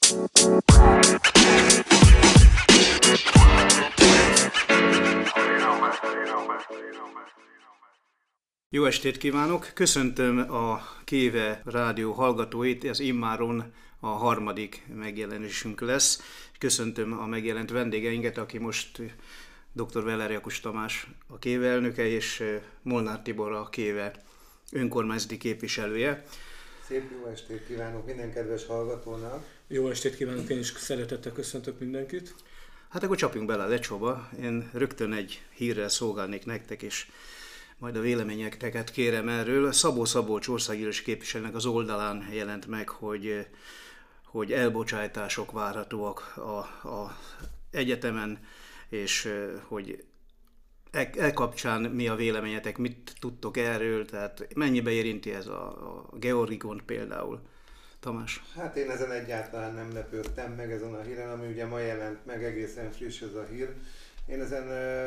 Jó estét kívánok! Köszöntöm a Kéve Rádió hallgatóit, ez immáron a harmadik megjelenésünk lesz. Köszöntöm a megjelent vendégeinket, aki most dr. Veller Jakus Tamás a Kéve elnöke, és Molnár Tibor a Kéve önkormányzati képviselője. Szép jó estét kívánok minden kedves hallgatónak! Jó estét kívánok, én is szeretettel köszöntök mindenkit. Hát akkor csapjunk bele a lecsóba. Én rögtön egy hírrel szolgálnék nektek, és majd a véleményeket kérem erről. Szabó Szabolcs országgyűlési képviselőnek az oldalán jelent meg, hogy elbocsátások várhatóak a egyetemen, és hogy e kapcsán mi a véleményetek, mit tudtok erről, tehát mennyibe érinti ez a Georgikont például? Tamás? Hát én ezen egyáltalán nem lepődtem meg ezen a híren, ami ugye ma jelent meg, egészen friss ez a hír. Én ezen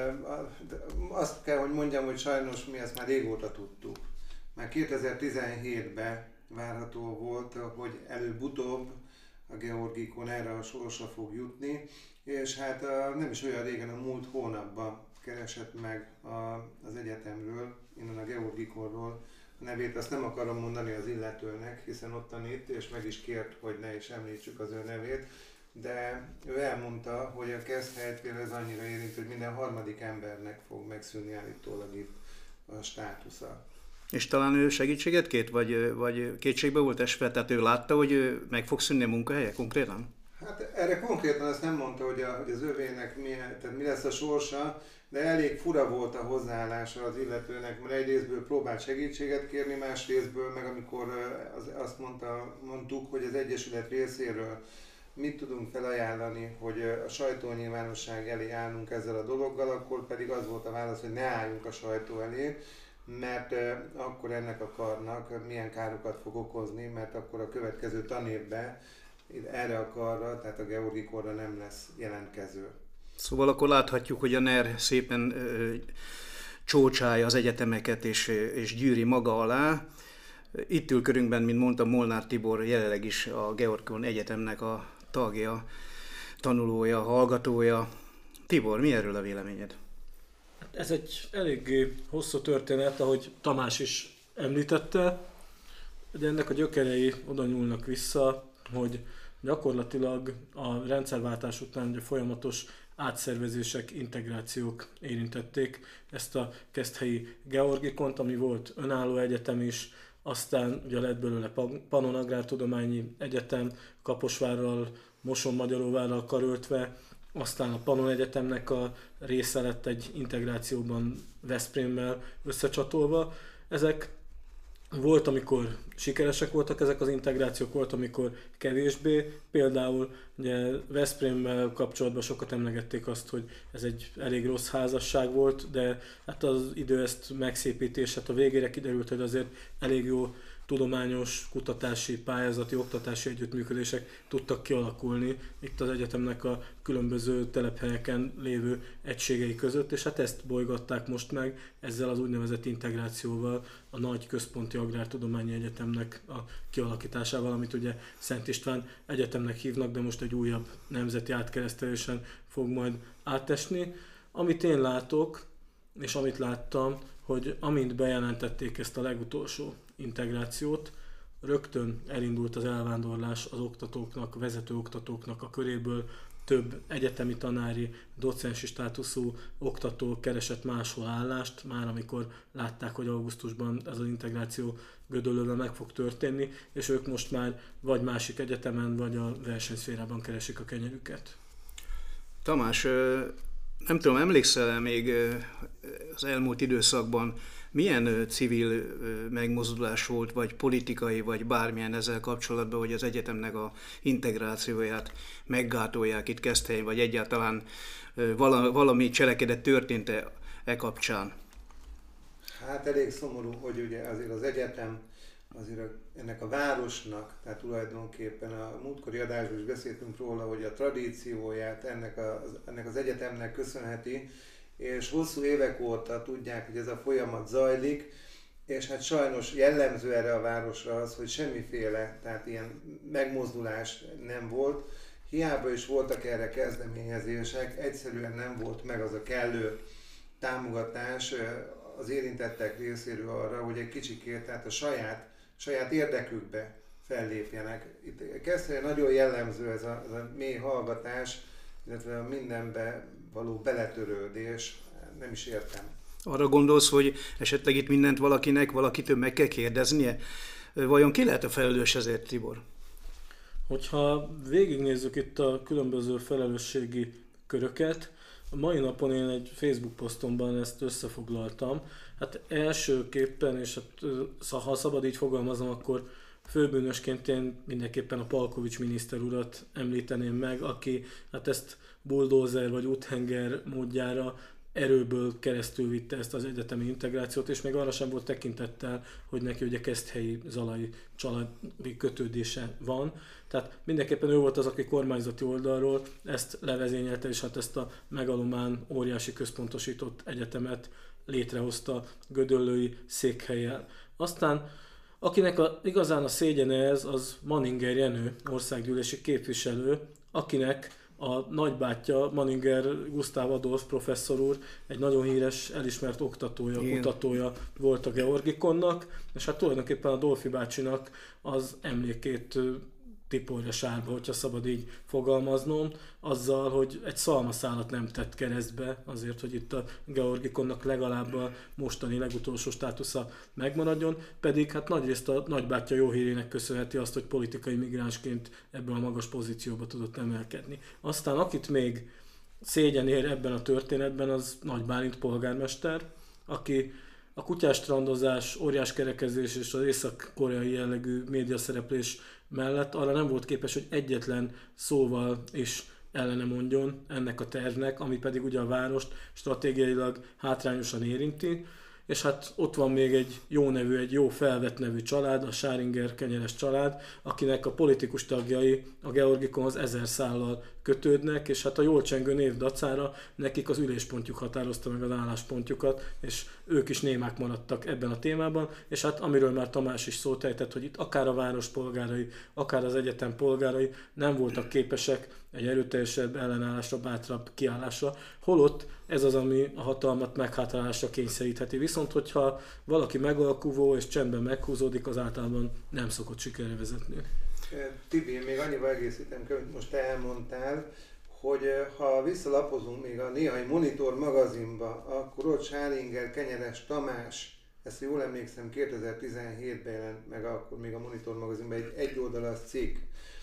azt kell, hogy mondjam, hogy sajnos mi ezt már régóta tudtuk. Már 2017-ben várható volt, hogy előbb-utóbb a Georgikon erre a sorsra fog jutni, és hát nem is olyan régen, a múlt hónapban keresett meg az egyetemről, innen a Georgikonról a nevét. Azt nem akarom mondani az illetőnek, hiszen ott tanít, és meg is kért, hogy ne is említsük az ő nevét. De ő elmondta, hogy a Keszthelytől ez annyira érint, hogy minden harmadik embernek fog megszűnni állítólag itt a státusza. És talán ő segítséget kért, vagy kétségbe volt esve, tehát ő látta, hogy meg fog szűnni a munkahelye konkrétan? Hát erre konkrétan azt nem mondta, hogy az övének mi lesz a sorsa, de elég fura volt a hozzáállása az illetőnek, mert egy részből próbált segítséget kérni, más részből meg amikor azt mondtuk, hogy az Egyesület részéről mit tudunk felajánlani, hogy a sajtónyilvánosság elé állunk ezzel a dologgal, akkor pedig az volt a válasz, hogy ne álljunk a sajtó elé, mert akkor ennek a karnak milyen károkat fog okozni, mert akkor a következő tanévben erre a karra, tehát a Georgikonra nem lesz jelentkező. Szóval akkor láthatjuk, hogy a NER szépen csócsálja az egyetemeket és gyűri maga alá. Itt ül körünkben, mint mondtam, Molnár Tibor jelenleg is a Georgikon Egyetemnek a tagja, tanulója, hallgatója. Tibor, mi erről a véleményed? Ez egy eléggé hosszú történet, ahogy Tamás is említette, de ennek a gyökerei oda nyúlnak vissza, hogy gyakorlatilag a rendszerváltás után ugye folyamatos átszervezések, integrációk érintették ezt a keszthelyi Georgikont, ami volt önálló egyetem is, aztán ugye lett belőle Pannon Agrártudományi Egyetem, Kaposvárral, Mosonmagyaróvárral karöltve, aztán a Pannon Egyetemnek a része lett egy integrációban Veszprémmel összecsatolva. Ezek volt, amikor sikeresek voltak ezek az integrációk, volt, amikor kevésbé. Például ugye Veszprémmel kapcsolatban sokat emlegették azt, hogy ez egy elég rossz házasság volt, de hát az idő ezt megszépíti, és hát a végére kiderült, hogy azért elég jó tudományos, kutatási, pályázati, oktatási együttműködések tudtak kialakulni itt az egyetemnek a különböző telephelyeken lévő egységei között, és hát ezt bolygatták most meg ezzel az úgynevezett integrációval, a nagy központi agrártudományi egyetemnek a kialakításával, amit ugye Szent István Egyetemnek hívnak, de most egy újabb nemzeti átkeresztelésen fog majd átesni. Amit én látok, és amit láttam, hogy amint bejelentették ezt a legutolsó integrációt, rögtön elindult az elvándorlás az oktatóknak, vezető oktatóknak a köréből, több egyetemi tanári, docensi státuszú oktató keresett máshol állást, már amikor látták, hogy augusztusban ez az integráció Gödöllőben meg fog történni, és ők most már vagy másik egyetemen, vagy a versenyszférában keresik a kenyerüket. Tamás, nem tudom, emlékszel még az elmúlt időszakban milyen civil megmozdulás volt, vagy politikai, vagy bármilyen ezzel kapcsolatban, hogy az egyetemnek a integrációját meggátolják itt Keszthelyen, vagy egyáltalán valami cselekedet történt e kapcsán? Hát elég szomorú, hogy ugye azért az egyetem, azért ennek a városnak, tehát tulajdonképpen a múltkori adásban is beszéltünk róla, hogy a tradícióját ennek az egyetemnek köszönheti, és hosszú évek óta tudják, hogy ez a folyamat zajlik, és hát sajnos jellemző erre a városra az, hogy semmiféle, tehát ilyen megmozdulás nem volt. Hiába is voltak erre kezdeményezések, egyszerűen nem volt meg az a kellő támogatás az érintettek részéről arra, hogy egy kicsikét, tehát a saját érdekükbe fellépjenek. Itt Keszthelyen nagyon jellemző ez a mély hallgatás, illetve a mindenbe való beletörődés, nem is értem. Arra gondolsz, hogy esetleg itt mindent valakitől meg kell kérdeznie? Vajon ki lehet a felelős ezért, Tibor? Hogyha végignézzük itt a különböző felelősségi köröket, a mai napon én egy Facebook posztomban ezt összefoglaltam. Hát elsőképpen, és hát, ha szabad így fogalmazom, akkor főbűnösként én mindenképpen a Palkovics miniszter urat említeném meg, aki hát ezt bulldozer vagy úthenger módjára erőből keresztül vitte ezt az egyetemi integrációt, és még arra sem volt tekintettel, hogy neki ugye keszthelyi zalai családi kötődése van. Tehát mindenképpen ő volt az, aki kormányzati oldalról ezt levezényelte, és hát ezt a megalomán óriási központosított egyetemet létrehozta Gödöllői székhellyel. Aztán akinek igazán a szégyene ez, az Manninger Jenő, országgyűlési képviselő, akinek a nagybátyja, Manninger Gusztáv Adolf professzor úr, egy nagyon híres, elismert oktatója, kutatója volt a Georgikonnak, és hát tulajdonképpen a Dolfi bácsinak az emlékét tiporja sárba, hogyha szabad így fogalmaznom, azzal, hogy egy szalmaszálat nem tett keresztbe, azért, hogy itt a Georgikonnak legalább a mostani legutolsó státusza megmaradjon, pedig hát nagyrészt a nagybátyja jó hírének köszönheti azt, hogy politikai migránsként ebből a magas pozícióba tudott emelkedni. Aztán akit még szégyen ér ebben a történetben, az Nagy Bálint polgármester, aki a kutyástrandozás, óriás kerekezés és az észak-koreai jellegű médiaszereplés mellett arra nem volt képes, hogy egyetlen szóval is ellene mondjon ennek a tervnek, ami pedig ugye a várost stratégiailag hátrányosan érinti. És hát ott van még egy jó nevű, egy jó felvett nevű család, a Sáringer kenyeres család, akinek a politikus tagjai a Georgikonhoz 1000 szállal kötődnek, és hát a jól csengő név dacára nekik az üléspontjuk határozta meg az álláspontjukat, és ők is némák maradtak ebben a témában, és hát amiről már Tamás is szót ejtett, hogy itt akár a város polgárai, akár az egyetem polgárai nem voltak képesek egy erőteljesebb ellenállásra, bátrabb kiállásra, holott ez az, ami a hatalmat meghátrálásra kényszerítheti. Viszont, hogyha valaki megalkuvó és csendben meghúzódik, az általában nem szokott sikerre vezetni. Tibi, még annyival egészítem, amit most elmondtál, hogy ha visszalapozunk még a néhai Monitor magazinba, akkor ott Sáringer Kenyeres Tamás, ezt jól emlékszem, 2017-ben jelent meg akkor még a Monitor magazinban egy egyoldalas cikk,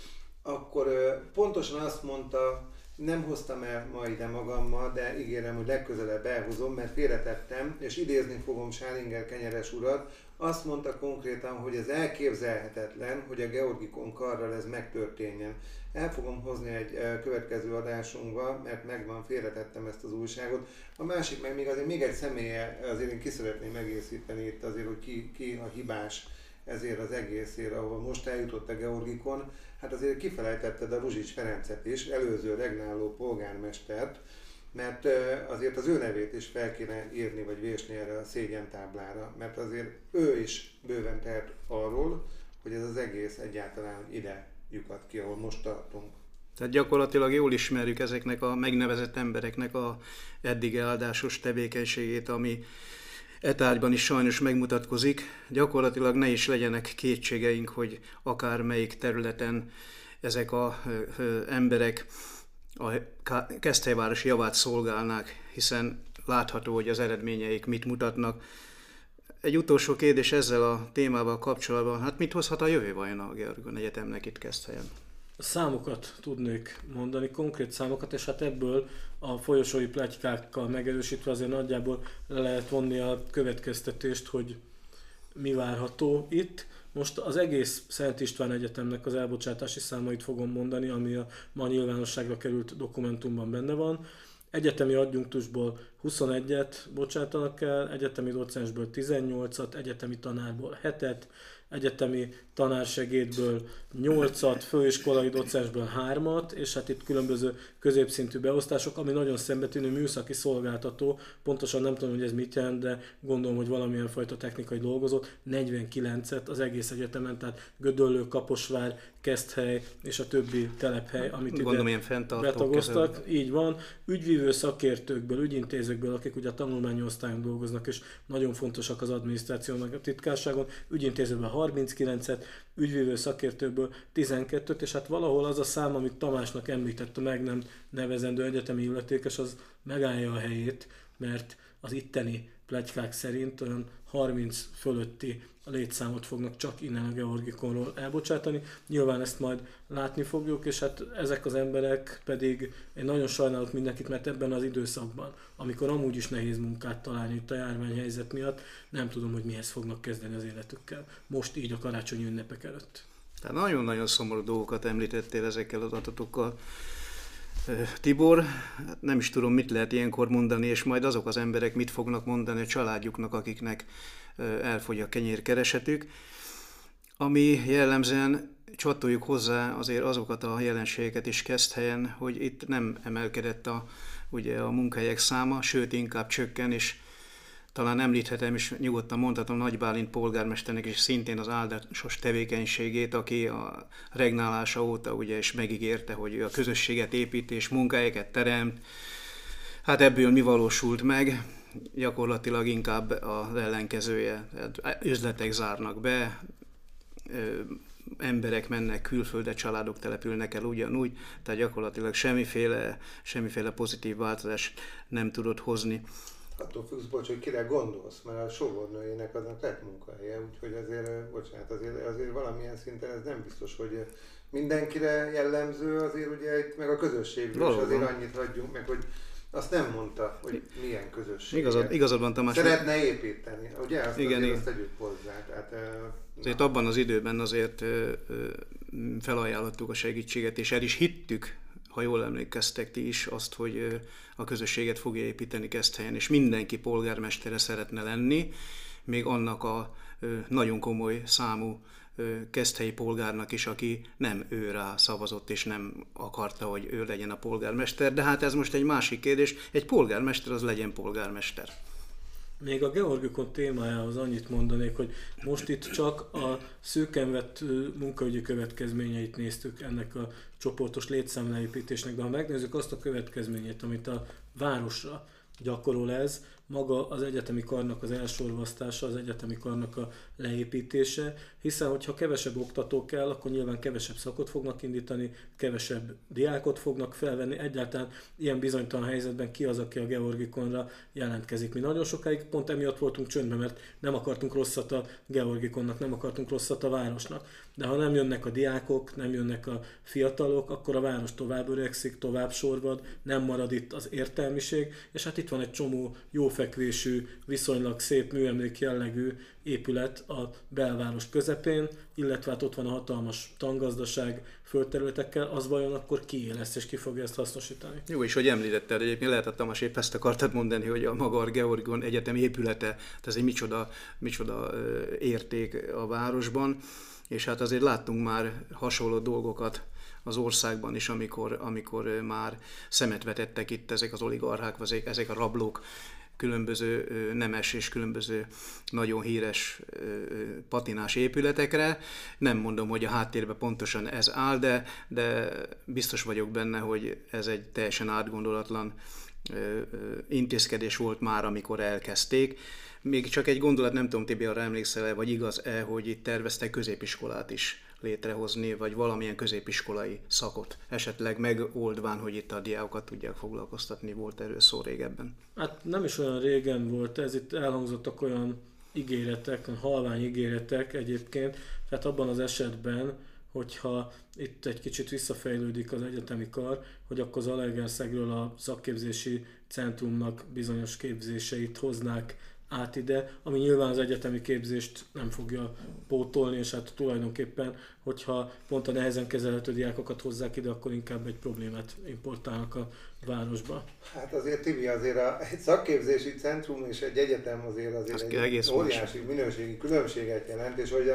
akkor pontosan azt mondta, nem hoztam el ma ide magammal, de ígérem, hogy legközelebb elhozom, mert félretettem, és idézni fogom Sáringer Kenyeres urat. Azt mondta konkrétan, hogy ez elképzelhetetlen, hogy a Georgikon karral ez megtörténjen. El fogom hozni egy következő adásunkba, mert megvan, félretettem ezt az újságot. A másik meg még egy személye, azért én ki szeretném egészíteni itt azért, hogy ki a hibás ezért az egészért, ahol most eljutott a Georgikon. Hát azért kifelejtetted a Ruzsics Ferencet is, előző regnáló polgármestert, mert azért az ő nevét is fel kéne írni vagy vésni erre a szégyentáblára, mert azért ő is bőven tehet arról, hogy ez az egész egyáltalán ide lyukadt ki, ahol most tartunk. Tehát gyakorlatilag jól ismerjük ezeknek a megnevezett embereknek a eddig áldásos tevékenységét, ami e tárgyban is sajnos megmutatkozik. Gyakorlatilag ne is legyenek kétségeink, hogy akár melyik területen ezek az emberek a Keszthelyváros javát szolgálnák, hiszen látható, hogy az eredményeik mit mutatnak. Egy utolsó kérdés ezzel a témával kapcsolatban, hát mit hozhat a jövő vajon a Georgikon Egyetemnek itt Keszthelyen? Számokat tudnék mondani, konkrét számokat, és hát ebből a folyosói pletykákkal megerősítve azért nagyjából le lehet vonni a következtetést, hogy mi várható itt. Most az egész Szent István Egyetemnek az elbocsátási számait fogom mondani, ami a ma nyilvánosságra került dokumentumban benne van. Egyetemi adjunktusból 21-et bocsátanak el, egyetemi docensből 18-at, egyetemi tanárból 7-et, egyetemi tanársegédből 8-at, főiskolai docensből 3-at, és hát itt különböző középszintű beosztások, ami nagyon szembetűnő műszaki szolgáltató, pontosan nem tudom, hogy ez mit jelent, de gondolom, hogy valamilyen fajta technikai dolgozott, 49-et az egész egyetemen, tehát Gödöllő, Kaposvár, Keszthely és a többi telephely, amit ide betagoztak. Így van. Ügyvívő szakértőkből, ügyintézőkből, akik ugye a tanulmányi osztályon dolgoznak, és nagyon fontosak az adminisztrációnak a titkárságon, ügyintézőből 39-et, ügyvívő szakértőkből 12-t, és hát valahol az a szám, amit Tamásnak említett, a meg nem nevezendő egyetemi illetékes, az megállja a helyét, mert az itteni pletykák szerint olyan 30 fölötti létszámot fognak csak innen a Georgikonról elbocsátani. Nyilván ezt majd látni fogjuk, és hát ezek az emberek pedig, én nagyon sajnálok mindenkit, mert ebben az időszakban, amikor amúgy is nehéz munkát találni itt a járványhelyzet miatt, nem tudom, hogy mihez fognak kezdeni az életükkel. Most így a karácsonyi ünnepek előtt. Tehát nagyon-nagyon szomorú dolgokat említettél ezekkel az adatokkal. Tibor, nem is tudom, mit lehet ilyenkor mondani, és majd azok az emberek mit fognak mondani a családjuknak, akiknek elfogy a kenyérkeresetük. Ami jellemzően csatoljuk hozzá azért azokat a jelenségeket is Keszthelyen, hogy itt nem emelkedett ugye a munkahelyek száma, sőt inkább csökken, és talán említhetem, és nyugodtan mondhatom Nagy Bálint polgármesternek is szintén az áldásos tevékenységét, aki a regnálása óta ugye is megígérte, hogy ő a közösséget épít és munkahelyeket teremt. Hát ebből mi valósult meg? Gyakorlatilag inkább az ellenkezője. Üzletek zárnak be, emberek mennek külföldre, családok települnek el ugyanúgy, tehát gyakorlatilag semmiféle pozitív változást nem tudott hozni. Attól függsz, bocs, hogy kire gondolsz, mert a sógornőjének aznak lett munkahelyje, úgyhogy azért valamilyen szinten ez nem biztos, hogy mindenkire jellemző, azért ugye itt meg a közösségről is azért annyit hagyjunk meg, hogy azt nem mondta, hogy milyen közösség. Igazad van, Tamás. Szeretne építeni, ugye? Azt igen. Azt tegyük hozzá. Tehát, azért abban az időben azért felajánlottuk a segítséget, és el is hittük, ha jól emlékeztek ti is, azt, hogy a közösséget fogja építeni Keszthelyen, és mindenki polgármestere szeretne lenni, még annak a nagyon komoly számú keszthelyi polgárnak is, aki nem ő rá szavazott, és nem akarta, hogy ő legyen a polgármester, de hát ez most egy másik kérdés, egy polgármester az legyen polgármester. Még a Georgikon témájához annyit mondanék, hogy most itt csak a szűken vett munkaügyi következményeit néztük ennek a csoportos létszámleépítésnek, de ha megnézzük azt a következményét, amit a városra gyakorol ez, maga az egyetemi karnak az elsorvasztása, az egyetemi karnak a leépítése, hiszen hogyha kevesebb oktató kell, akkor nyilván kevesebb szakot fognak indítani, kevesebb diákot fognak felvenni, egyáltalán ilyen bizonytalan helyzetben ki az, aki a Georgikonra jelentkezik. Mi nagyon sokáig pont emiatt voltunk csöndben, mert nem akartunk rosszat a Georgikonnak, nem akartunk rosszat a városnak. De ha nem jönnek a diákok, nem jönnek a fiatalok, akkor a város tovább öregszik, tovább sorvad, nem marad itt az értelmiség, és hát itt van egy csomó jófekvésű, viszonylag szép műemlék jellegű épület a belváros közepén, illetve hát ott van a hatalmas tangazdaság földterületekkel, az vajon akkor kié lesz, és ki fogja ezt hasznosítani? Jó, és hogy említetted, egyébként lehetett, Tamás, épp ezt akartad mondani, hogy a maga a Georgion Egyetem épülete, tehát ez egy micsoda érték a városban, és hát azért láttunk már hasonló dolgokat az országban is, amikor már szemet vetettek itt ezek az oligarchák, vagy ezek a rablók különböző nemes és különböző nagyon híres patinás épületekre. Nem mondom, hogy a háttérben pontosan ez áll, de biztos vagyok benne, hogy ez egy teljesen átgondolatlan intézkedés volt már, amikor elkezdték. Még csak egy gondolat, nem tudom, Tibi, arra emlékszel-e, vagy igaz-e, hogy itt terveztek középiskolát is létrehozni, vagy valamilyen középiskolai szakot, esetleg megoldván, hogy itt a diákokat tudják foglalkoztatni, volt erről szó régebben? Hát nem is olyan régen volt ez, itt elhangzottak olyan ígéretek, halvány ígéretek egyébként, tehát abban az esetben, hogyha itt egy kicsit visszafejlődik az egyetemi kar, hogy akkor Zalaegerszegről a szakképzési centrumnak bizonyos képzéseit hoznák át ide, ami nyilván az egyetemi képzést nem fogja pótolni, és hát tulajdonképpen, hogyha pont a nehezen kezelhető diákokat hozzák ide, akkor inkább egy problémát importálnak a városba. Hát azért, Tibi, egy szakképzési centrum és egy egyetem azért egy óriási minőségi különbséget jelent, és hogy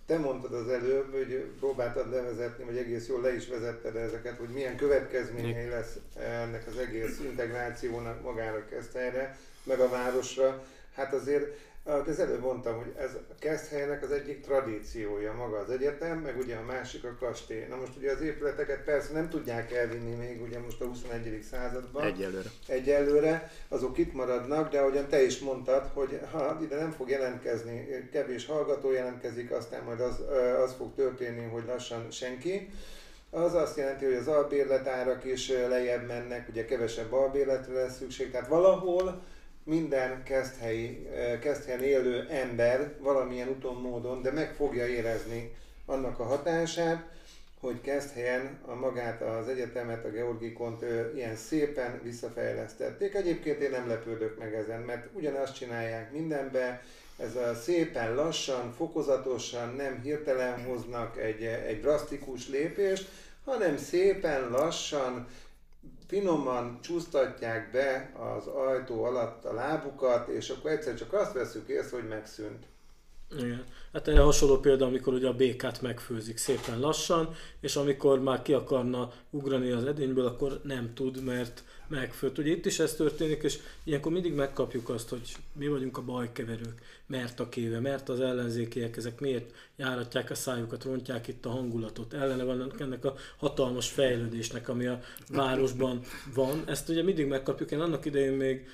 te mondtad az előbb, hogy próbáltad levezetni, vagy egész jól le is vezetted ezeket, hogy milyen következményei lesz ennek az egész integrációnak magára Keszthelyre, meg a városra. Hát azért az előbb mondtam, hogy ez a Keszthelynek az egyik tradíciója maga az egyetem, meg ugye a másik a kastély. Na most ugye az épületeket persze nem tudják elvinni még ugye most a 21. században. Egyelőre. Azok itt maradnak, de ahogyan te is mondtad, hogy ha ide nem fog jelentkezni, kevés hallgató jelentkezik, aztán majd az fog történni, hogy lassan senki. Az azt jelenti, hogy az albérletárak is lejjebb mennek, ugye kevesebb albérletre lesz szükség, tehát valahol minden Keszthelyen élő ember valamilyen úton, módon, de meg fogja érezni annak a hatását, hogy Keszthelyen magát az egyetemet, a Georgikont ilyen szépen visszafejlesztették. Egyébként én nem lepődök meg ezen, mert ugyanazt csinálják mindenbe, ez a szépen lassan, fokozatosan, nem hirtelen hoznak egy drasztikus lépést, hanem szépen lassan, finoman csúsztatják be az ajtó alatt a lábukat, és akkor egyszer csak azt veszük észre, hogy megszűnt. Igen. Hát erre hasonló példa, amikor ugye a békát megfőzik szépen lassan, és amikor már ki akarna ugrani az edényből, akkor nem tud, mert megfőtt. Ugye itt is ez történik, és ilyenkor mindig megkapjuk azt, hogy mi vagyunk a bajkeverők, mert a kéve, mert az ellenzékiek, ezek miért járatják a szájukat, rontják itt a hangulatot, ellene van ennek a hatalmas fejlődésnek, ami a városban van. Ezt ugye mindig megkapjuk. Én annak idején még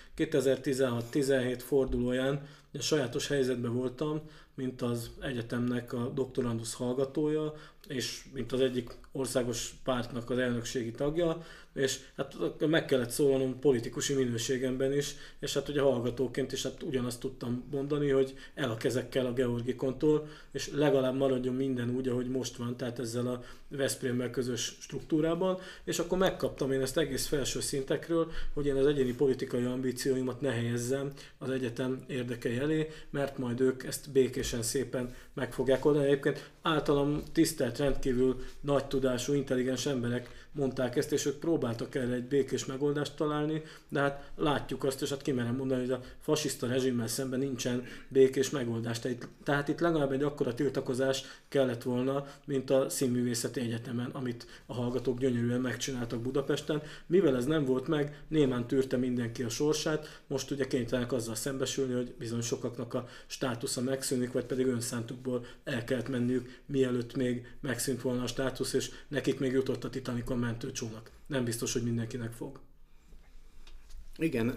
2016-17 fordulóján sajátos helyzetben voltam, mint az egyetemnek a doktorandusz hallgatója, és mint az egyik országos pártnak az elnökségi tagja, és hát meg kellett szólalnom politikusi minőségemben is, és hát ugye hallgatóként is hát ugyanazt tudtam mondani, hogy el a kezekkel a Georgikontól, és legalább maradjon minden úgy, ahogy most van, tehát ezzel a Veszprémmel közös struktúrában, és akkor megkaptam én ezt egész felső szintekről, hogy én az egyéni politikai ambícióimat ne helyezzem az egyetem érdekei elé, mert majd ők ezt békésen szépen meg fogják oldani. Egyébként általam tisztelt, rendkívül nagy tudású, intelligens emberek mondták ezt, és ők próbáltak erre egy békés megoldást találni, de hát látjuk azt, és hát kimerem mondani, hogy a fasiszta rezsimmel szemben nincsen békés megoldás. Tehát itt legalább egy akkora tiltakozás kellett volna, mint a Színművészeti Egyetemen, amit a hallgatók gyönyörűen megcsináltak Budapesten. Mivel ez nem volt meg, némán tűrte mindenki a sorsát, most ugye kénytelenek azzal szembesülni, hogy bizony sokaknak a státusza megszűnik, vagy pedig önszántukból el kellett menniük, mielőtt még megszűnt volna a státusz, és nekik még jutott a Titanicon mentőcsónak. Nem biztos, hogy mindenkinek fog. Igen,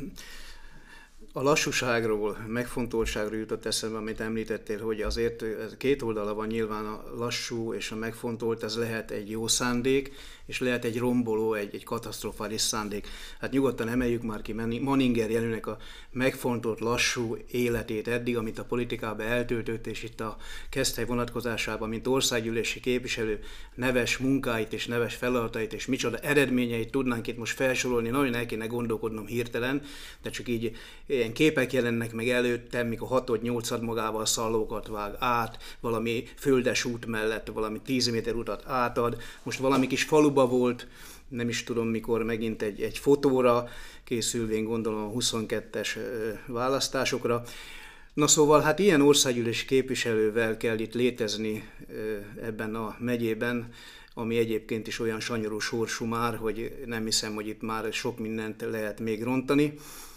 a lassúságról, megfontoltságról jutott eszembe, amit említettél, hogy azért két oldala van nyilván, a lassú és a megfontolt, ez lehet egy jó szándék, és lehet egy romboló, egy katasztrofális szándék. Hát nyugodtan emeljük már ki Manninger Jenőnek a megfontolt lassú életét eddig, amit a politikában eltöltött, és itt a Keszthely vonatkozásában, mint országgyűlési képviselő, neves munkáit és neves feladatait és micsoda eredményeit tudnánk itt most felsorolni, nagyon el kéne gondolkodnom hirtelen, de csak így ilyen képek jelennek meg előttem, mikor 6-8 magával szallókat vág át, valami földes út mellett, valami 10 méter utat átad, most valami kis faluba volt, nem is tudom mikor megint egy fotóra, készülvén gondolom a 22-es választásokra. Na szóval hát ilyen országgyűlési képviselővel kell itt létezni ebben a megyében, ami egyébként is olyan sanyarú sorsú már, hogy nem hiszem, hogy itt már sok mindent lehet még rontani.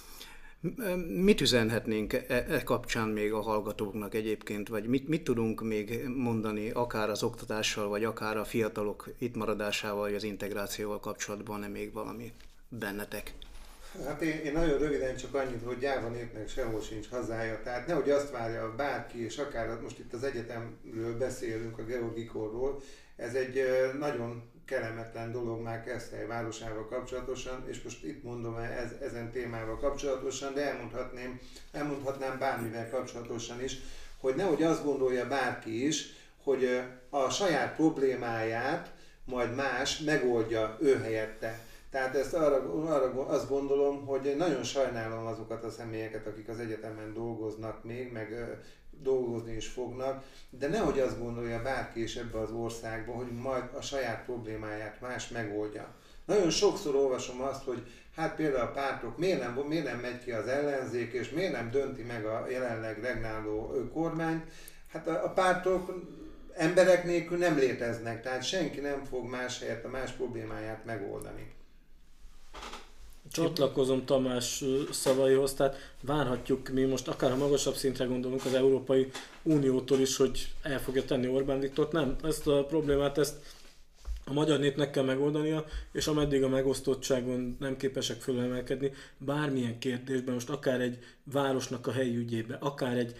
Mit üzenhetnénk kapcsán még a hallgatóknak egyébként, vagy mit tudunk még mondani, akár az oktatással, vagy akár a fiatalok itt maradásával, vagy az integrációval kapcsolatban, nem még valami bennetek? Hát én nagyon röviden csak annyit, hogy gyáva népnek sehol sincs hazája, tehát nehogy azt várja bárki, és akár most itt az egyetemről beszélünk, a Georgikonról, ez egy nagyon kellemetlen dolog már Keszthely városával kapcsolatosan, és most itt mondom ezen témával kapcsolatosan, de elmondhatnám bármivel kapcsolatosan is, hogy nehogy azt gondolja bárki is, hogy a saját problémáját majd más megoldja ő helyette. Tehát ezt azt gondolom, hogy nagyon sajnálom azokat a személyeket, akik az egyetemen dolgoznak még, meg dolgozni is fognak, de nehogy azt gondolja bárki is ebbe az országban, hogy majd a saját problémáját más megoldja. Nagyon sokszor olvasom azt, hogy hát például a pártok miért nem megy ki az ellenzék, és miért nem dönti meg a jelenleg regnáló kormány. Hát a pártok emberek nélkül nem léteznek, tehát senki nem fog más helyett a más problémáját megoldani. Csatlakozom Tamás szavaihoz, tehát várhatjuk mi most akár a magasabb szintre gondolunk az Európai Uniótól is, hogy el fogja tenni Orbán Viktort. Nem, ezt a problémát a magyar népnek kell megoldania, és ameddig a megosztottságon nem képesek fölemelkedni, bármilyen kérdésben, most akár egy városnak a helyi ügyébe, akár egy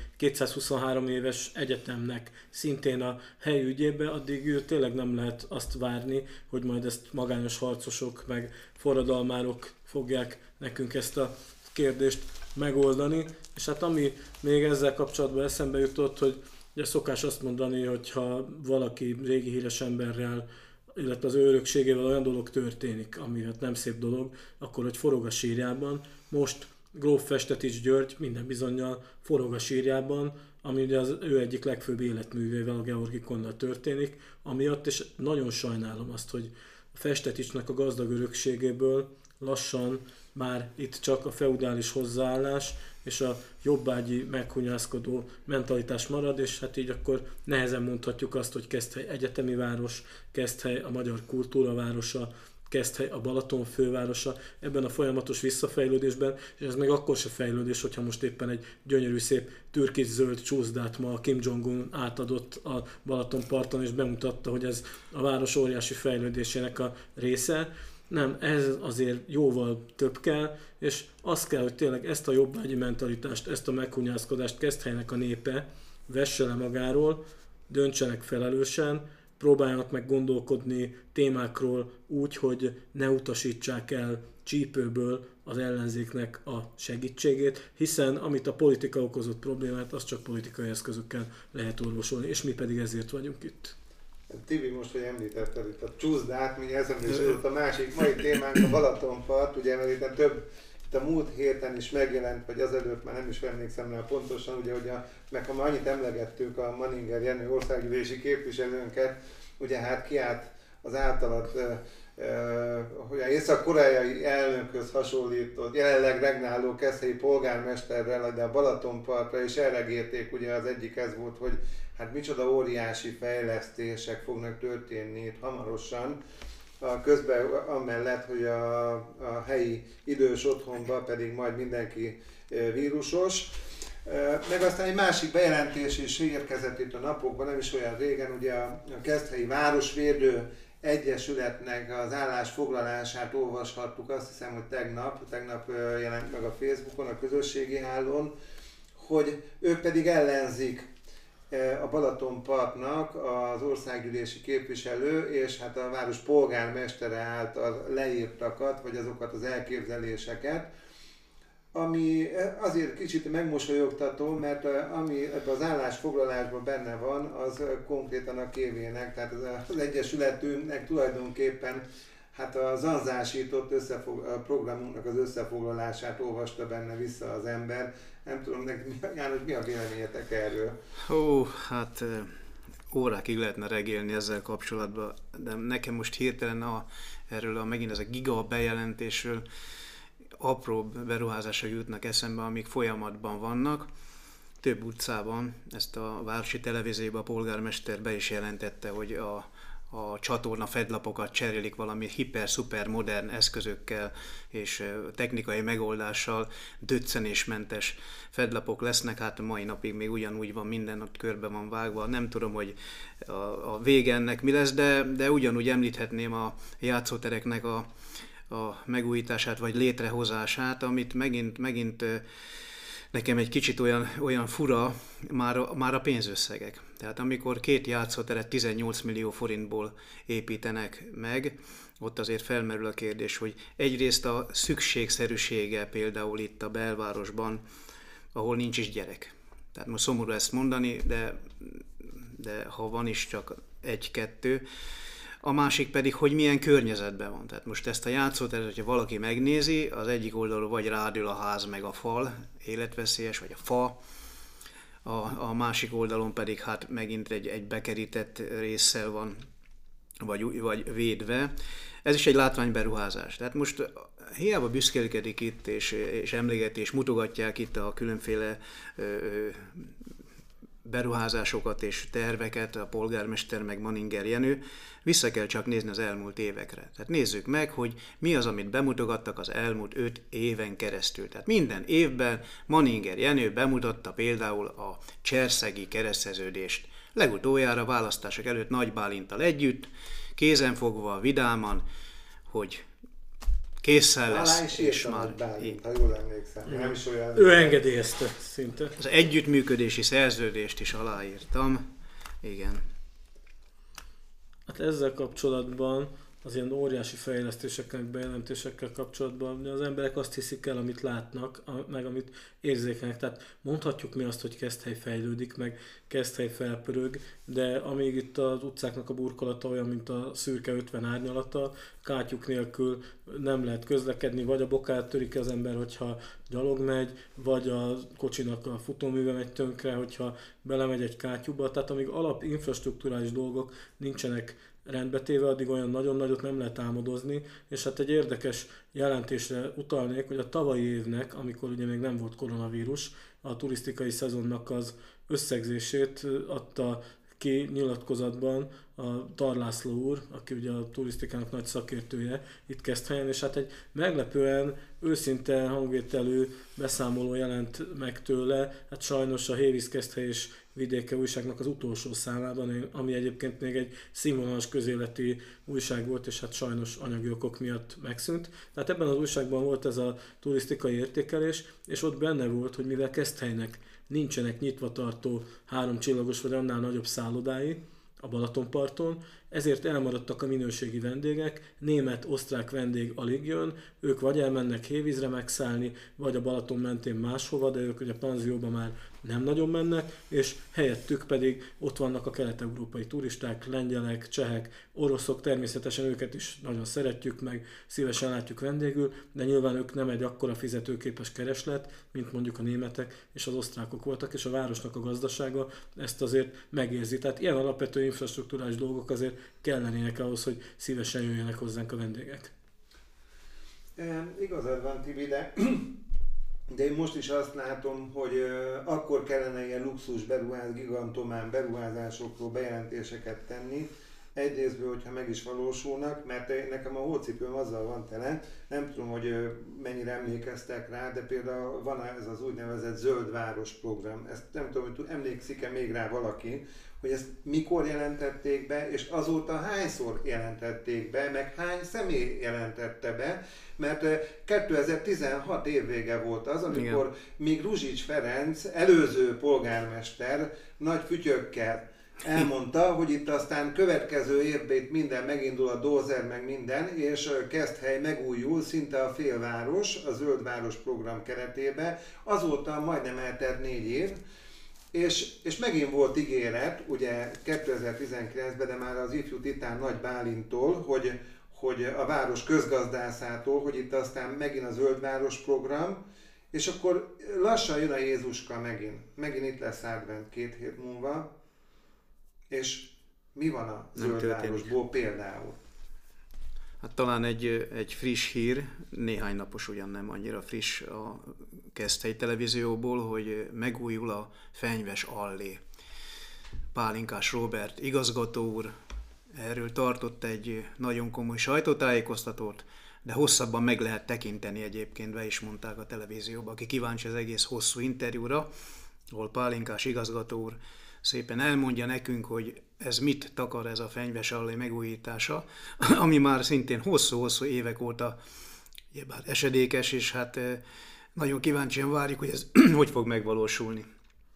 223 éves egyetemnek szintén a helyi ügyébe, addig tényleg nem lehet azt várni, hogy majd ezt magányos harcosok, meg forradalmárok fogják nekünk ezt a kérdést megoldani. És hát ami még ezzel kapcsolatban eszembe jutott, hogy ugye szokás azt mondani, hogy ha valaki régi híres emberrel, illetve az ő örökségével olyan dolog történik, ami hát nem szép dolog, akkor hogy forog a sírjában. Most gróf Festetics György minden bizonnyal forog a sírjában, ami ugye az ő egyik legfőbb életművével, a Georgikonnal történik, amiatt, és nagyon sajnálom azt, hogy a Festeticsnek a gazdag örökségéből lassan már itt csak a feudális hozzáállás és a jobbágyi meghunyászkodó mentalitás marad, és hát így akkor nehezen mondhatjuk azt, hogy Keszthely egyetemi város, Keszthely a magyar kultúra városa, Keszthely a Balaton fővárosa, ebben a folyamatos visszafejlődésben, és ez még akkor se fejlődés, hogyha most éppen egy gyönyörű szép türkiszzöld csúszdát ma Kim Jong-un átadott a Balatonparton, és bemutatta, hogy ez a város óriási fejlődésének a része. Nem, ez azért jóval több kell, és az kell, hogy tényleg ezt a jobbágyi mentalitást, ezt a meghunyászkodást Keszthelynek a népe vesse le magáról, döntsenek felelősen, próbáljanak meg gondolkodni témákról úgy, hogy ne utasítsák el csípőből az ellenzéknek a segítségét, hiszen amit a politika okozott problémát, az csak politikai eszközökkel lehet orvosolni, és mi pedig ezért vagyunk itt. Tibi, most, hogy említetted itt a csúszdát, mi eszembe is jutott a másik mai témánk, a Balatonpart, ugye, mert itt a múlt héten is megjelent, vagy azelőtt már nem is emlékszem rá pontosan, ugye, hogy meg ha már annyit emlegettük a Manninger Jenő országgyűlési képviselőnket, ugye hát kiállt az általad, hogy a észak-koreai elnökhöz hasonlított, jelenleg regnáló keszthelyi polgármesterrel, de a Balatonpartra is elregélték, ugye az egyik ez volt, hogy hát micsoda óriási fejlesztések fognak történni itt hamarosan, közben amellett, hogy a helyi idős otthonban pedig majd mindenki vírusos. Meg aztán egy másik bejelentés is érkezett itt a napokban, nem is olyan régen, ugye a Keszthelyi Városvédő Egyesületnek az állásfoglalását olvashattuk, azt hiszem, hogy tegnap jelent meg a Facebookon, a közösségi hálón, hogy ők pedig ellenzik a Balatonpartnak az országgyűlési képviselő és hát a város polgármestere által leírtakat, vagy azokat az elképzeléseket, ami azért kicsit megmosolyogtató, mert ami ebben az állásfoglalásban benne van, az konkrétan a KV-nek, tehát az Egyesületünknek tulajdonképpen hát a zanzásított a programunknak az összefoglalását olvasta benne vissza az ember. Nem tudom, János, mi a véleményetek erről? Hát órákig lehetne regélni ezzel kapcsolatban, de nekem most hirtelen megint ez a giga bejelentésről apró beruházások jutnak eszembe, amik folyamatban vannak. Több utcában, ezt a városi televízióban a polgármester be is jelentette, hogy a csatorna fedlapokat cserélik valami hiper-szuper modern eszközökkel és technikai megoldással, döccenésmentes fedlapok lesznek, hát a mai napig még ugyanúgy van, minden ott körbe van vágva, nem tudom, hogy a vége ennek mi lesz, de ugyanúgy említhetném a játszótereknek a megújítását vagy létrehozását, amit megint nekem egy kicsit olyan fura már a pénzösszegek. Tehát amikor 2 játszóteret 18 millió forintból építenek meg, ott azért felmerül a kérdés, hogy egyrészt a szükségszerűsége például itt a belvárosban, ahol nincs is gyerek. Tehát most szomorú ezt mondani, de ha van is csak 1-2, a másik pedig, hogy milyen környezetben van. Tehát most ezt a játszóteret, hogyha valaki megnézi, az egyik oldalon vagy rádől a ház meg a fal, életveszélyes, vagy a fa, a másik oldalon pedig hát megint egy bekerített résszel van, vagy védve. Ez is egy látványberuházás. Tehát most hiába büszkélkedik itt, és emlegeti, és mutogatják itt a különféle beruházásokat és terveket, a polgármester meg Manninger Jenő, vissza kell csak nézni az elmúlt évekre. Tehát nézzük meg, hogy mi az, amit bemutogattak az elmúlt 5 éven keresztül. Tehát minden évben Manninger Jenő bemutatta például a cserszegi keretszerződést. Legutoljára választások előtt Nagy Bálinttal együtt, kézenfogva, vidáman, hogy készen lesz, és már... Bálint, ha jól emlékszem. Nem is olyan... Ő engedélyezte szinte. Az együttműködési szerződést is aláírtam. Igen. Hát ezzel kapcsolatban, az ilyen óriási fejlesztésekkel, bejelentésekkel kapcsolatban az emberek azt hiszik el, amit látnak, meg amit érzékelnek. Tehát mondhatjuk mi azt, hogy Keszthely fejlődik, meg Keszthely felpörög, de amíg itt az utcáknak a burkolata olyan, mint a szürke 50 árnyalata, kátyuk nélkül nem lehet közlekedni, vagy a bokát törik ki az ember, hogyha gyalog megy, vagy a kocsinak a futóműve megy tönkre, hogyha belemegy egy kátyúba. Tehát amíg alap infrastrukturális dolgok nincsenek rendbetéve, addig olyan nagyon nagyot nem lehet álmodozni, és hát egy érdekes jelentésre utalnék, hogy a tavalyi évnek, amikor ugye még nem volt koronavírus, a turisztikai szezonnak az összegzését adta ki nyilatkozatban a Tar László úr, aki ugye a turisztikának nagy szakértője itt Keszthelyen, és hát egy meglepően őszinte hangvételű beszámoló jelent meg tőle, hát sajnos a Hévíz Keszthely és Vidéke újságnak az utolsó számában, ami egyébként még egy színvonalas közéleti újság volt, és hát sajnos anyagi okok miatt megszűnt. Tehát ebben az újságban volt ez a turisztikai értékelés, és ott benne volt, hogy mivel Keszthelynek nincsenek nyitva tartó 3 csillagos vagy annál nagyobb szállodái a Balatonparton, ezért elmaradtak a minőségi vendégek, német-osztrák vendég alig jön, ők vagy elmennek Hévízre megszállni, vagy a Balaton mentén máshova, de ők ugye a panzióba már nem nagyon mennek, és helyettük pedig ott vannak a kelet-európai turisták, lengyelek, csehek, oroszok, természetesen őket is nagyon szeretjük, meg szívesen látjuk vendégül, de nyilván ők nem egy akkora fizetőképes kereslet, mint mondjuk a németek és az osztrákok voltak, és a városnak a gazdasága ezt azért megérzi. Tehát ilyen alapvető infrastrukturális dolgok azért kellenének ahhoz, hogy szívesen jöjjenek hozzánk a vendégek. Igazad van, Tibi, de én most is azt látom, hogy akkor kellene ilyen luxus gigantomán beruházásokról bejelentéseket tenni, egyrésztből, hogyha meg is valósulnak, mert nekem a hócipőm azzal van tele, nem tudom, hogy mennyire emlékeztek rá, de például van ez az úgynevezett Zöld Város program. Ezt nem tudom, hogy emlékszik-e még rá valaki, hogy ezt mikor jelentették be, és azóta hányszor jelentették be, meg hány személy jelentette be, mert 2016 évvége volt az, amikor igen, még Ruzsics Ferenc, előző polgármester nagy fütyökkel elmondta, hogy itt aztán következő évben itt minden megindul, a dózer meg minden, és Keszthely megújul, szinte a félváros, a Zöld Város program keretében. Azóta majdnem eltelt 4 év, és megint volt ígéret, ugye 2019-ben, de már az ifjú titán Nagy Bálinttól, hogy a város közgazdászától, hogy itt aztán megint a Zöld Város program, és akkor lassan jön a Jézuska megint itt lesz Advent 2 hét múlva, és mi van a Zöld Városból például? Hát talán egy friss hír, néhány napos, ugyan nem annyira friss a Keszthely televízióból, hogy megújul a Fenyves Allé. Pálinkás Róbert igazgató úr erről tartott egy nagyon komoly sajtótájékoztatót, de hosszabban meg lehet tekinteni egyébként, be is mondták a televízióban, aki kíváncsi az egész hosszú interjúra, ahol Pálinkás igazgató úr szépen elmondja nekünk, hogy ez mit takar ez a Fenyves Allé megújítása, ami már szintén hosszú-hosszú évek óta bár esedékes, és hát nagyon kíváncsian várjuk, hogy ez hogy fog megvalósulni.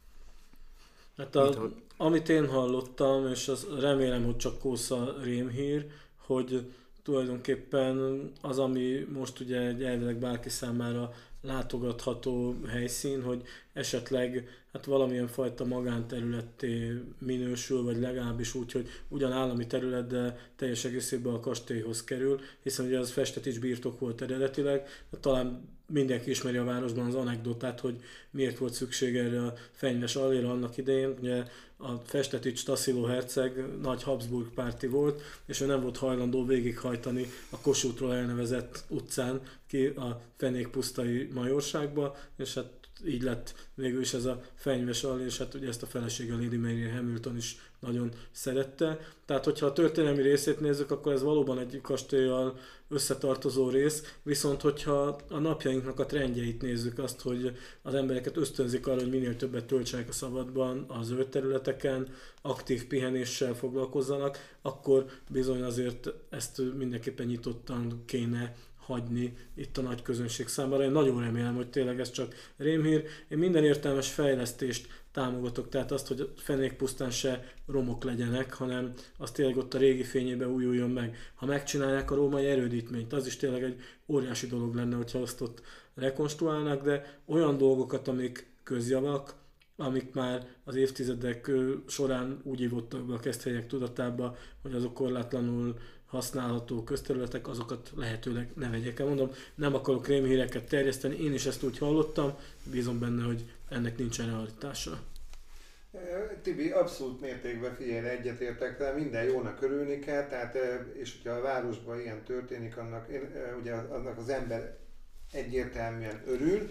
Hát amit én hallottam, és az remélem, hogy csak kósza rémhír, hogy tulajdonképpen az, ami most ugye elvileg bárki számára látogatható helyszín, hogy esetleg hát valamilyen fajta magánterületté minősül, vagy legalábbis úgy, hogy ugyan állami terület, de teljes egészében a kastélyhoz kerül, hiszen ugye az Festetics birtok volt eredetileg, talán mindenki ismeri a városban az anekdotát, hogy miért volt szükség erre a Fenyves Alléra annak idején. Ugye a Festetics Tassilo herceg nagy Habsburg párti volt, és ő nem volt hajlandó végighajtani a Kossuthról elnevezett utcán ki a Fenékpusztai majorságba, és hát így lett végül is ez a fenyves al, és hát ugye ezt a felesége Lady Mary Hamilton is nagyon szerette. Tehát, hogyha a történelmi részét nézzük, akkor ez valóban egy kastélyal összetartozó rész, viszont hogyha a napjainknak a trendjeit nézzük, azt, hogy az embereket ösztönzik arra, hogy minél többet töltsenek a szabadban, a zöld területeken, aktív pihenéssel foglalkozzanak, akkor bizony azért ezt mindenképpen nyitottan kéne hagyni itt a nagy közönség számára. Én nagyon remélem, hogy tényleg ez csak rémhír. Én minden értelmes fejlesztést támogatok, tehát azt, hogy fenékpusztán se romok legyenek, hanem az tényleg ott a régi fényében újuljon meg. Ha megcsinálják a római erődítményt, az is tényleg egy óriási dolog lenne, hogyha azt ott rekonstruálnak, de olyan dolgokat, amik közjavak, amik már az évtizedek során úgy ívottak be a Keszthelyek tudatába, hogy azok korlátlanul használható közterületek, azokat lehetőleg ne vegyék el. Mondom, nem akarok rémhíreket terjeszteni, én is ezt úgy hallottam, bízom benne, hogy ennek nincsen realitása. Tibi, abszolút mértékben figyelj, egyetértek, de minden jónak örülni kell, tehát, és hogyha a városban ilyen történik, annak az ember egyértelműen örül,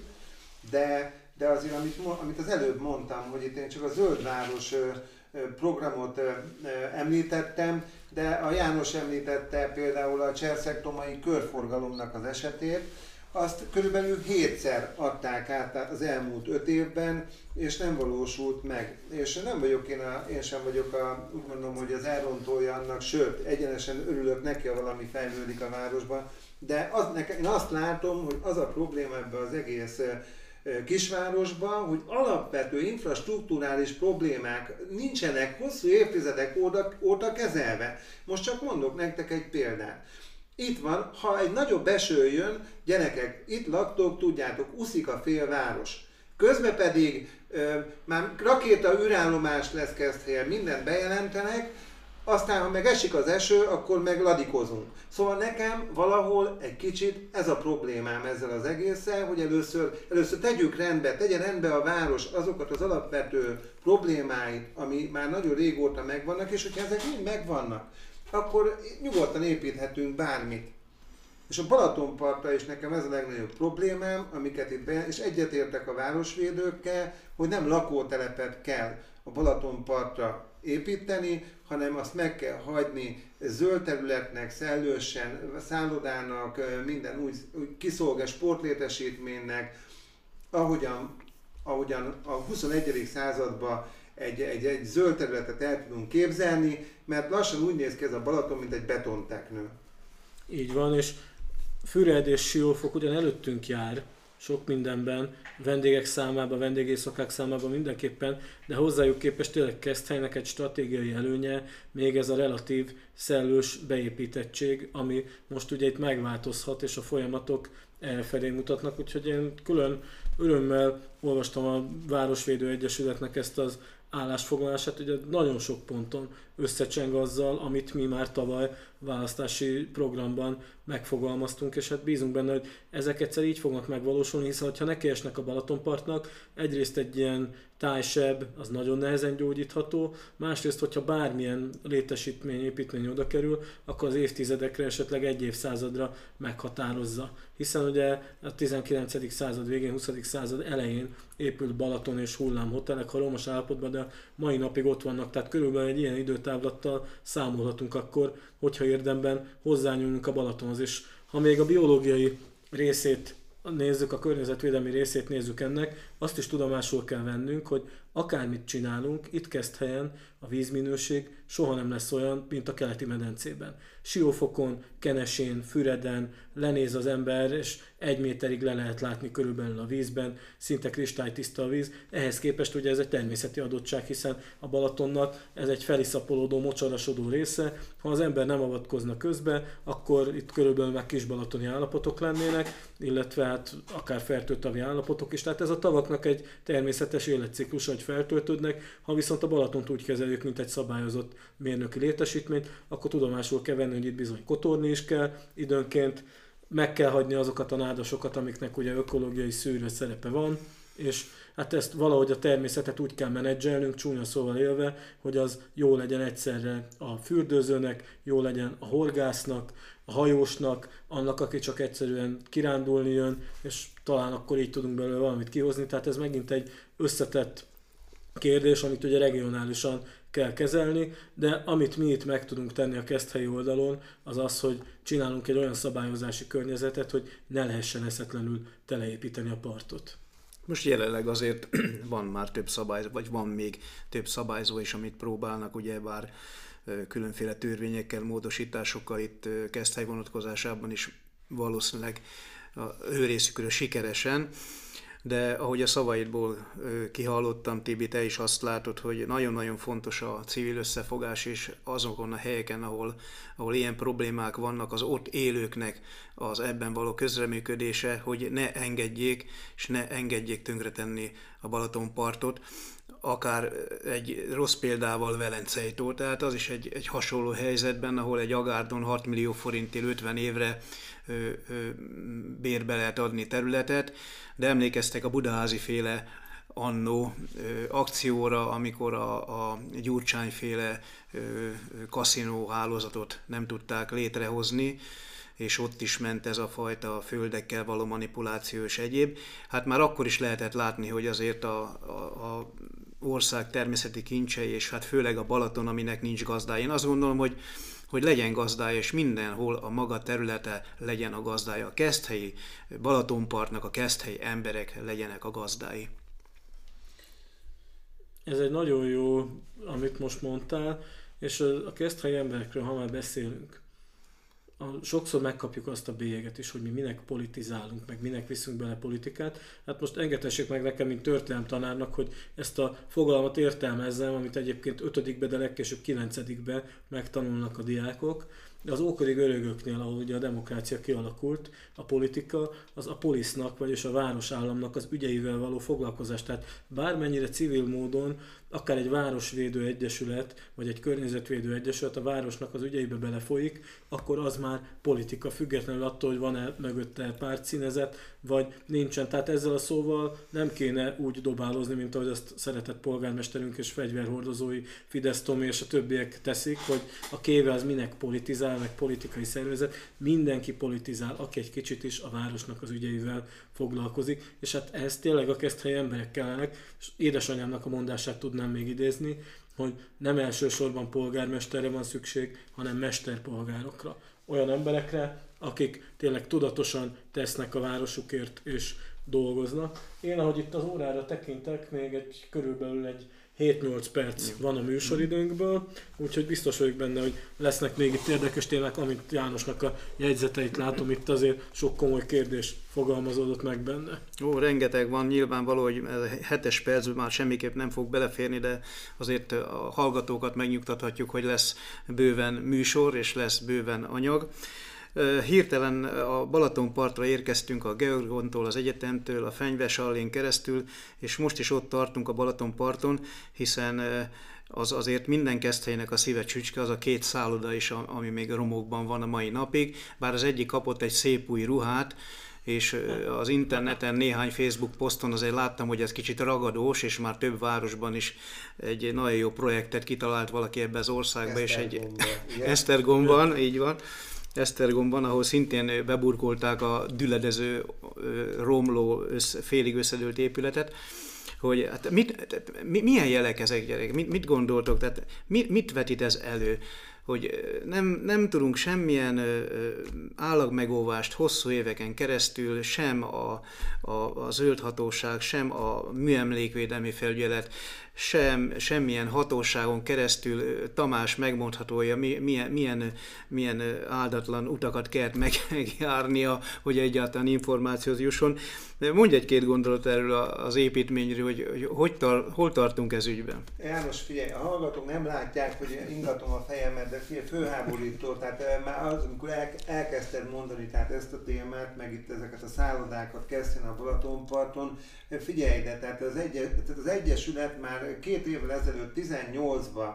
de azért, amit az előbb mondtam, hogy itt én csak a Zöld Város programot említettem, de a János említette például a cserszegtomai körforgalomnak az esetét, azt körülbelül 7-szer adták át az elmúlt 5 évben, és nem valósult meg. És nem vagyok én sem vagyok úgy mondom, hogy az elrontója annak, sőt, egyenesen örülök neki, ha valami fejlődik a városban, de én azt látom, hogy az a probléma ebben az egész kisvárosban, hogy alapvető infrastrukturális problémák nincsenek hosszú évtizedek óta kezelve. Most csak mondok nektek egy példát. Itt van, ha egy nagyobb eső jön, gyerekek, itt laktok, tudjátok, úszik a félváros. Közben pedig már rakéta űrállomás lesz Keszthelyen, mindent bejelentenek, aztán, ha meg esik az eső, akkor meg ladikozunk. Szóval nekem valahol egy kicsit ez a problémám ezzel az egésszel, hogy először tegyen rendbe a város azokat az alapvető problémáit, ami már nagyon régóta megvannak, és hogyha ezek mind megvannak, akkor nyugodtan építhetünk bármit. És a Balatonpartra is nekem ez a legnagyobb problémám, amiket itt és egyetértek a városvédőkkel, hogy nem lakótelepet kell a Balatonpartra építeni, hanem azt meg kell hagyni zöld területnek, szellősen, szállodának, minden úgy kiszolgál sportlétesítménynek, ahogyan a 21. században egy zöld területet el tudunk képzelni, mert lassan úgy néz ki ez a Balaton, mint egy betonteknő. Így van, és Füred és Siófok ugyan előttünk jár, sok mindenben, vendégek számában, vendégészakák számában mindenképpen, de hozzájuk képest tényleg Keszthelynek egy stratégiai előnye, még ez a relatív szellős beépítettség, ami most ugye itt megváltozhat, és a folyamatok elfelé mutatnak, úgyhogy én külön örömmel olvastam a Városvédő Egyesületnek ezt az állásfoglalását, ugye nagyon sok ponton összecseng azzal, amit mi már tavaly választási programban megfogalmaztunk, és hát bízunk benne, hogy ezek egyszer így fognak megvalósulni, hiszen ha nekiesnek a Balatonpartnak, egyrészt egy ilyen tájseb, az nagyon nehezen gyógyítható, másrészt, hogyha bármilyen létesítmény, építmény oda kerül, akkor az évtizedekre, esetleg egy évszázadra meghatározza. Hiszen ugye a 19. század végén, 20. század elején épült Balaton és hullámhotelek, ha romos állapotban, de mai napig ott vannak, tehát körülbelül egy ilyen időtávlattal számolhatunk akkor, hogyha érdemben hozzányúlunk a Balatonhoz. És ha még a biológiai részét nézzük, a környezetvédelmi részét nézzük ennek, azt is tudomásul kell vennünk, hogy akármit csinálunk, itt Keszthelyen a vízminőség soha nem lesz olyan, mint a Keleti-medencében. Siófokon, Kenesén, Füreden lenéz az ember, és 1 méterig le lehet látni körülbelül a vízben, szinte kristálytiszta a víz. Ehhez képest ugye ez egy természeti adottság, hiszen a Balatonnak ez egy feliszapolódó, mocsarasodó része. Ha az ember nem avatkozna közbe, akkor itt körülbelül meg kisbalatoni állapotok lennének, illetve hát akár fertőtavi állapotok is. Tehát ez a tavaknak egy természetes életciklus, hogy feltöltődnek. Ha viszont a Balatont úgy kezeljük, mint egy szabályozott mérnöki létesítményt, akkor tudomásul kell venni, hogy itt bizony kotorni is kell időnként, meg kell hagyni azokat a nádasokat, amiknek ugye ökológiai szűrő szerepe van, és hát ezt valahogy a természetet úgy kell menedzselnünk, csúnya szóval élve, hogy az jó legyen egyszerre a fürdőzőnek, jó legyen a horgásznak, a hajósnak, annak, aki csak egyszerűen kirándulni jön, és talán akkor így tudunk belőle valamit kihozni. Tehát ez megint egy összetett kérdés, amit ugye regionálisan kell kezelni, de amit mi itt meg tudunk tenni a Keszthelyi oldalon, az az, hogy csinálunk egy olyan szabályozási környezetet, hogy ne lehessen eszetlenül teleépíteni a partot. Most jelenleg azért van már több szabályzó, vagy van még több szabályzó is, amit próbálnak, ugye bár különféle törvényekkel, módosításokkal itt Keszthely vonatkozásában is valószínűleg ő részükről sikeresen, de ahogy a szavaidból kihallottam, Tibi, te is azt látod, hogy nagyon-nagyon fontos a civil összefogás, és azokon a helyeken, ahol ilyen problémák vannak, az ott élőknek az ebben való közreműködése, hogy ne engedjék, és ne engedjék tönkretenni a Balatonpartot, akár egy rossz példával Velencei tó, tehát az is egy hasonló helyzetben, ahol egy Agárdon 6 millió forintért 50 évre bérbe lehet adni területet, de emlékeztek a Budaházi féle annó akcióra, amikor a Gyurcsány féle kaszinó hálózatot nem tudták létrehozni, és ott is ment ez a fajta földekkel való manipuláció és egyéb. Hát már akkor is lehetett látni, hogy azért a ország természeti kincsei, és hát főleg a Balaton, aminek nincs gazdája. Én azt gondolom, hogy legyen gazdája, és mindenhol a maga területe legyen a gazdája. A keszthelyi Balatonpartnak a keszthelyi emberek legyenek a gazdái. Ez egy nagyon jó, amit most mondtál, és a keszthelyi emberekről, ha már beszélünk, sokszor megkapjuk azt a bélyeget is, hogy mi minek politizálunk, meg minek viszünk bele politikát. Hát most engedhessék meg nekem, mint történelemtanárnak, hogy ezt a fogalmat értelmezzem, amit egyébként 5-be, de legkésőbb 9-be megtanulnak a diákok. De az ókori görögöknél, ahol ugye a demokrácia kialakult, a politika az a polisznak, vagyis a városállamnak az ügyeivel való foglalkozás. Tehát bármennyire civil módon, akár egy városvédő egyesület, vagy egy környezetvédő egyesület a városnak az ügyeibe belefolyik, akkor az már politika, függetlenül attól, hogy van-e mögötte pártszínezet, vagy nincsen. Tehát ezzel a szóval nem kéne úgy dobálozni, mint ahogy azt szeretett polgármesterünk és fegyverhordozói Fidesz Tomi és a többiek teszik, hogy a kéve az minek politizál, meg politikai szervezet. Mindenki politizál, aki egy kicsit is a városnak az ügyeivel foglalkozik, és hát ehhez tényleg a keszthelyi emberek kellenek, és édesanyámnak a mondását tudnám még idézni, hogy nem elsősorban polgármesterre van szükség, hanem mesterpolgárokra. Olyan emberekre, akik tényleg tudatosan tesznek a városukért és dolgoznak. Én, ahogy itt az órára tekintek, még körülbelül egy 7-8 perc van a műsoridőnkből, úgyhogy biztos vagyok benne, hogy lesznek még itt érdekes témák, amit Jánosnak a jegyzeteit látom, itt azért sok komoly kérdés fogalmazódott meg benne. Ó, rengeteg van, nyilvánvaló, hogy 7-es percben már semmiképp nem fog beleférni, de azért a hallgatókat megnyugtathatjuk, hogy lesz bőven műsor, és lesz bőven anyag. Hirtelen a Balatonpartra érkeztünk a Georgontól, az egyetemtől, a Fenyvesallén keresztül, és most is ott tartunk a Balatonparton, hiszen az azért minden keszthelynek a szíve csücske, az a 2 szálloda is, ami még romokban van a mai napig, bár az egyik kapott egy szép új ruhát, és az interneten néhány Facebook poszton azért láttam, hogy ez kicsit ragadós, és már több városban is egy nagyon jó projektet kitalált valaki ebbe az országba, és egy Esztergomban, így van. Esztergomban, ahol szintén beburkolták a düledező, romló, félig összedőlt épületet, hogy hát milyen jelek ezek, gyerek? Mit gondoltok? Tehát mit vetít ez elő? Hogy nem tudunk semmilyen állagmegóvást hosszú éveken keresztül, sem a zöldhatóság, sem a műemlékvédelmi felügyelet, semmilyen hatóságon keresztül Tamás megmondhatója, milyen áldatlan utakat kellett megjárnia, hogy egyáltalán információhoz jusson. Mondj egy-két gondolat erről az építményről, hogy hol tartunk ez ügyben. János, figyelj, a hallgatók nem látják, hogy ingatom a fejemet, de figyelj, fölháborító, tehát már az, amikor elkezdted mondani tehát ezt a témát, meg itt ezeket a szállodákat kezdjen a Balatonparton, figyelj ide, tehát az Egyesület már 2 évvel ezelőtt 18-ban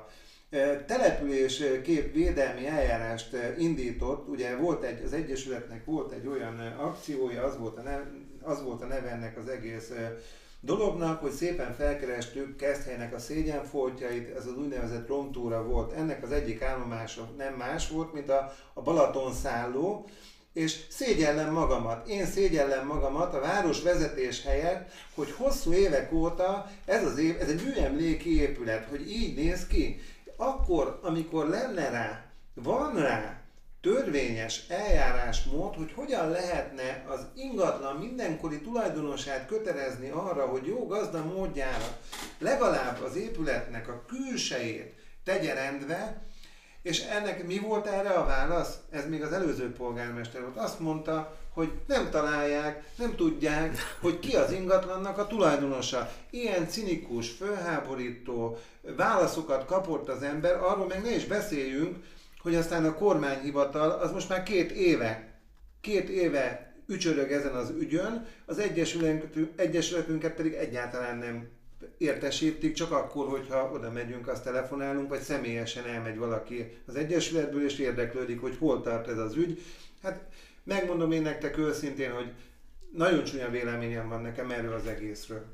településkép védelmi eljárást indított, ugye az Egyesületnek volt egy olyan akciója, az volt a neve ennek az egész dolognak, hogy szépen felkerestük Keszthelynek a szégyenfoltjait, ez az úgynevezett romtúra volt. Ennek az egyik állomása nem más volt, mint a Balatonszálló, és szégyellem magamat. Én szégyellem magamat a városvezetés helyett, hogy hosszú évek óta ez egy műemléki épület, hogy így néz ki. Akkor, amikor van rá törvényes eljárásmód, hogy hogyan lehetne az ingatlan mindenkori tulajdonosát kötelezni arra, hogy jó gazda módjára legalább az épületnek a külsejét tegye rendbe, és ennek mi volt erre a válasz? Ez még az előző polgármester volt. Azt mondta, hogy nem találják, nem tudják, hogy ki az ingatlannak a tulajdonosa. Ilyen cinikus, fölháborító válaszokat kapott az ember, arról meg ne is beszéljünk, hogy aztán a kormányhivatal az most már 2 éve ücsörög ezen az ügyön, az egyesületünket pedig egyáltalán nem értesítik, csak akkor, hogyha oda megyünk, azt telefonálunk, vagy személyesen elmegy valaki az egyesületből, és érdeklődik, hogy hol tart ez az ügy. Hát megmondom én nektek őszintén, hogy nagyon csúnya véleményem van nekem erről az egészről.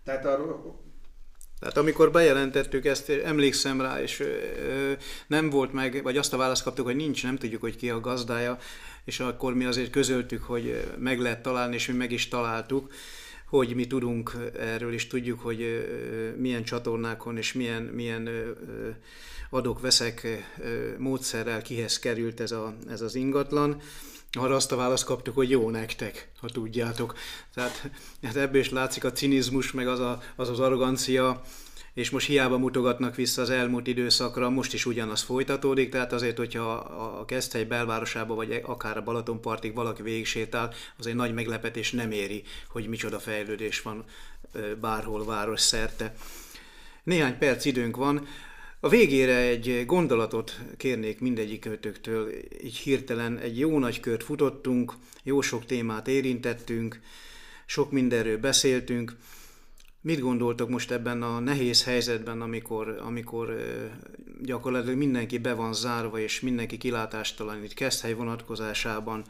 Tehát amikor bejelentettük ezt, emlékszem rá, és nem volt meg, vagy azt a választ kaptuk, hogy nincs, nem tudjuk, hogy ki a gazdája, és akkor mi azért közöltük, hogy meg lehet találni, és mi meg is találtuk, hogy mi tudunk erről, és tudjuk, hogy milyen csatornákon és milyen adok-veszek módszerrel kihez került ez az ingatlan. Arra azt a választ kaptuk, hogy jó nektek, ha tudjátok. Tehát ebből is látszik a cinizmus, meg az arrogancia, és most hiába mutogatnak vissza az elmúlt időszakra, most is ugyanaz folytatódik, tehát azért, hogyha a Keszthely belvárosába, vagy akár a Balatonpartig valaki végig sétál, az egy nagy meglepetés, nem éri, hogy micsoda fejlődés van bárhol város szerte. Néhány perc időnk van. A végére egy gondolatot kérnék mindegyikőtöktől, így hirtelen egy jó nagy kört futottunk, jó sok témát érintettünk, sok mindenről beszéltünk. Mit gondoltok most ebben a nehéz helyzetben, amikor gyakorlatilag mindenki be van zárva, és mindenki kilátástalan itt Keszthely vonatkozásában?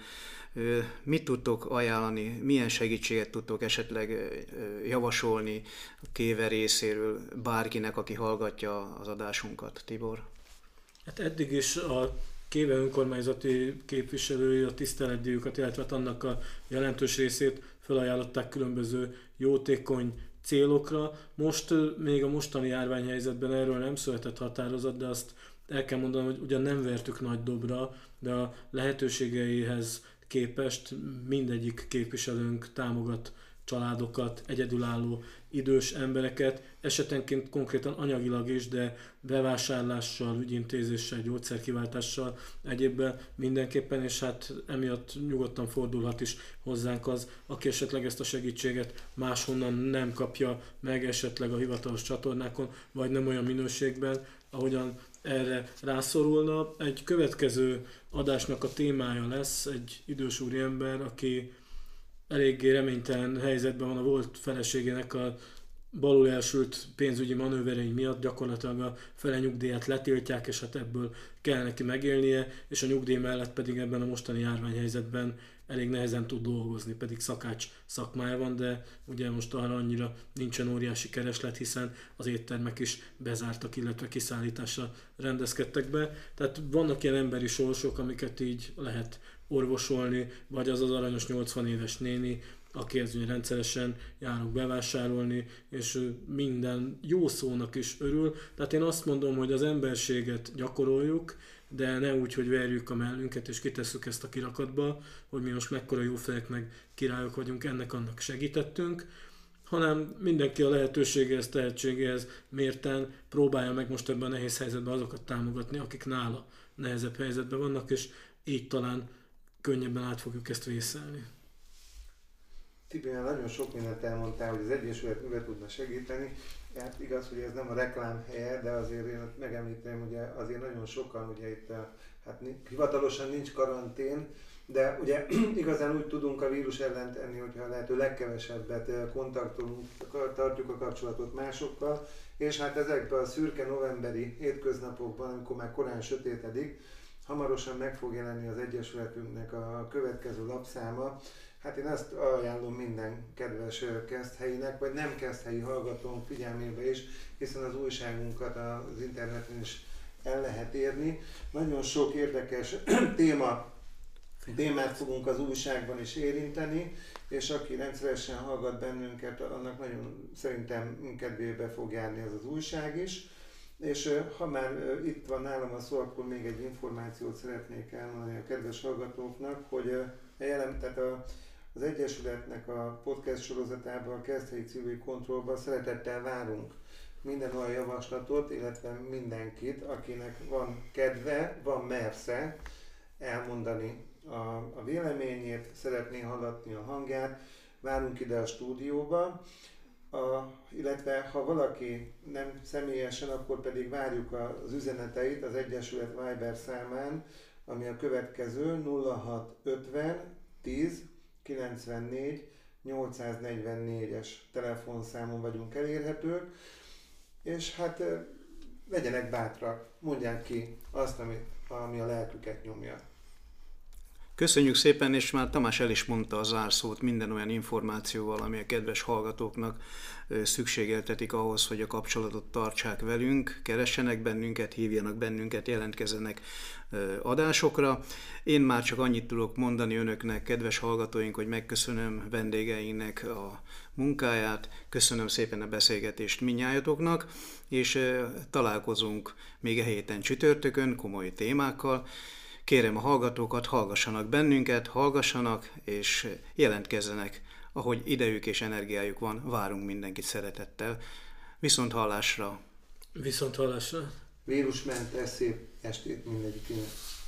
Mit tudtok ajánlani, milyen segítséget tudtok esetleg javasolni a Kéve részéről bárkinek, aki hallgatja az adásunkat? Tibor? Hát eddig is a Kéve önkormányzati képviselői a tiszteletdíjukat, illetve annak a jelentős részét felajánlották különböző jótékony célokra. Most még a mostani járványhelyzetben erről nem született határozat, de azt el kell mondanom, hogy ugyan nem vertük nagy dobra, de a lehetőségeihez képest mindegyik képviselőnk támogat családokat, egyedülálló idős embereket, esetenként konkrétan anyagilag is, de bevásárlással, ügyintézéssel, gyógyszerkiváltással, egyébben mindenképpen, és hát emiatt nyugodtan fordulhat is hozzánk az, aki esetleg ezt a segítséget máshonnan nem kapja meg, esetleg a hivatalos csatornákon, vagy nem olyan minőségben, ahogyan erre rászorulna. Egy következő adásnak a témája lesz egy idős úriember, aki eléggé reménytelen helyzetben van a volt feleségének a balul elsült pénzügyi manőverei miatt, gyakorlatilag a fele nyugdíját letiltják, és hát ebből kell neki megélnie, és a nyugdíj mellett pedig ebben a mostani járványhelyzetben elég nehezen tud dolgozni, pedig szakács szakmája van, de ugye most arra annyira nincsen óriási kereslet, hiszen az éttermek is bezártak, illetve kiszállításra rendezkedtek be. Tehát vannak ilyen emberi sorsok, amiket így lehet orvosolni, vagy az aranyos 80 éves néni, akihez rendszeresen járok bevásárolni, és minden jó szónak is örül. Tehát én azt mondom, hogy az emberséget gyakoroljuk, de ne úgy, hogy verjük a mellünket és kitesszük ezt a kirakatba, hogy mi most mekkora jó fejek meg királyok vagyunk, ennek-annak segítettünk, hanem mindenki a lehetőségéhez, tehetségéhez mérten próbálja meg most ebben a nehéz helyzetben azokat támogatni, akik nála nehezebb helyzetben vannak, és így talán könnyebben át fogjuk ezt vészelni. Tibi, nagyon sok mindent elmondtál, hogy az Egyesület mivel tudna segíteni. Hát igaz, hogy ez nem a reklám helye, de azért én megemlíteném, hogy azért nagyon sokan, ugye itt hát hivatalosan nincs karantén, de ugye igazán úgy tudunk a vírus ellen tenni, hogyha lehető legkevesebbet kontaktolunk, tartjuk a kapcsolatot másokkal, és hát ezekben a szürke novemberi hétköznapokban, amikor már korán sötétedik, hamarosan meg fog jelenni az Egyesületünknek a következő lapszáma. Hát én azt ajánlom minden kedves keszthelyinek, vagy nem keszthelyi hallgatónk figyelmébe is, hiszen az újságunkat az interneten is el lehet érni. Nagyon sok érdekes témát fogunk az újságban is érinteni, és aki rendszeresen hallgat bennünket, annak nagyon szerintem kedvébe fog járni ez az újság is. És ha már itt van nálam a szó, akkor még egy információt szeretnék elmondani a kedves hallgatóknak, hogy tehát az Egyesületnek a podcast sorozatában, a Keszthelyi Civil Controlban szeretettel várunk minden olyan javaslatot, illetve mindenkit, akinek van kedve, van mersze elmondani a véleményét, szeretné hallatni a hangját, várunk ide a stúdióba, illetve ha valaki nem személyesen, akkor pedig várjuk az üzeneteit az Egyesület Viber számán, ami a következő 0650 10 94 844-es telefonszámon vagyunk elérhetők, és hát legyenek bátrak, mondják ki azt, ami a lelküket nyomja. Köszönjük szépen, és már Tamás el is mondta a zárszót minden olyan információval, ami a kedves hallgatóknak szükségeltetik ahhoz, hogy a kapcsolatot tartsák velünk, keressenek bennünket, hívjanak bennünket, jelentkezzenek adásokra. Én már csak annyit tudok mondani önöknek, kedves hallgatóink, hogy megköszönöm vendégeinknek a munkáját, köszönöm szépen a beszélgetést mindnyájatoknak, és találkozunk még a héten csütörtökön komoly témákkal. Kérem a hallgatókat, hallgassanak bennünket, hallgassanak és jelentkezzenek, ahogy idejük és energiájuk van, várunk mindenkit szeretettel. Viszont hallásra! Viszont hallásra! Vírusmentes szép estét mindegyiknek!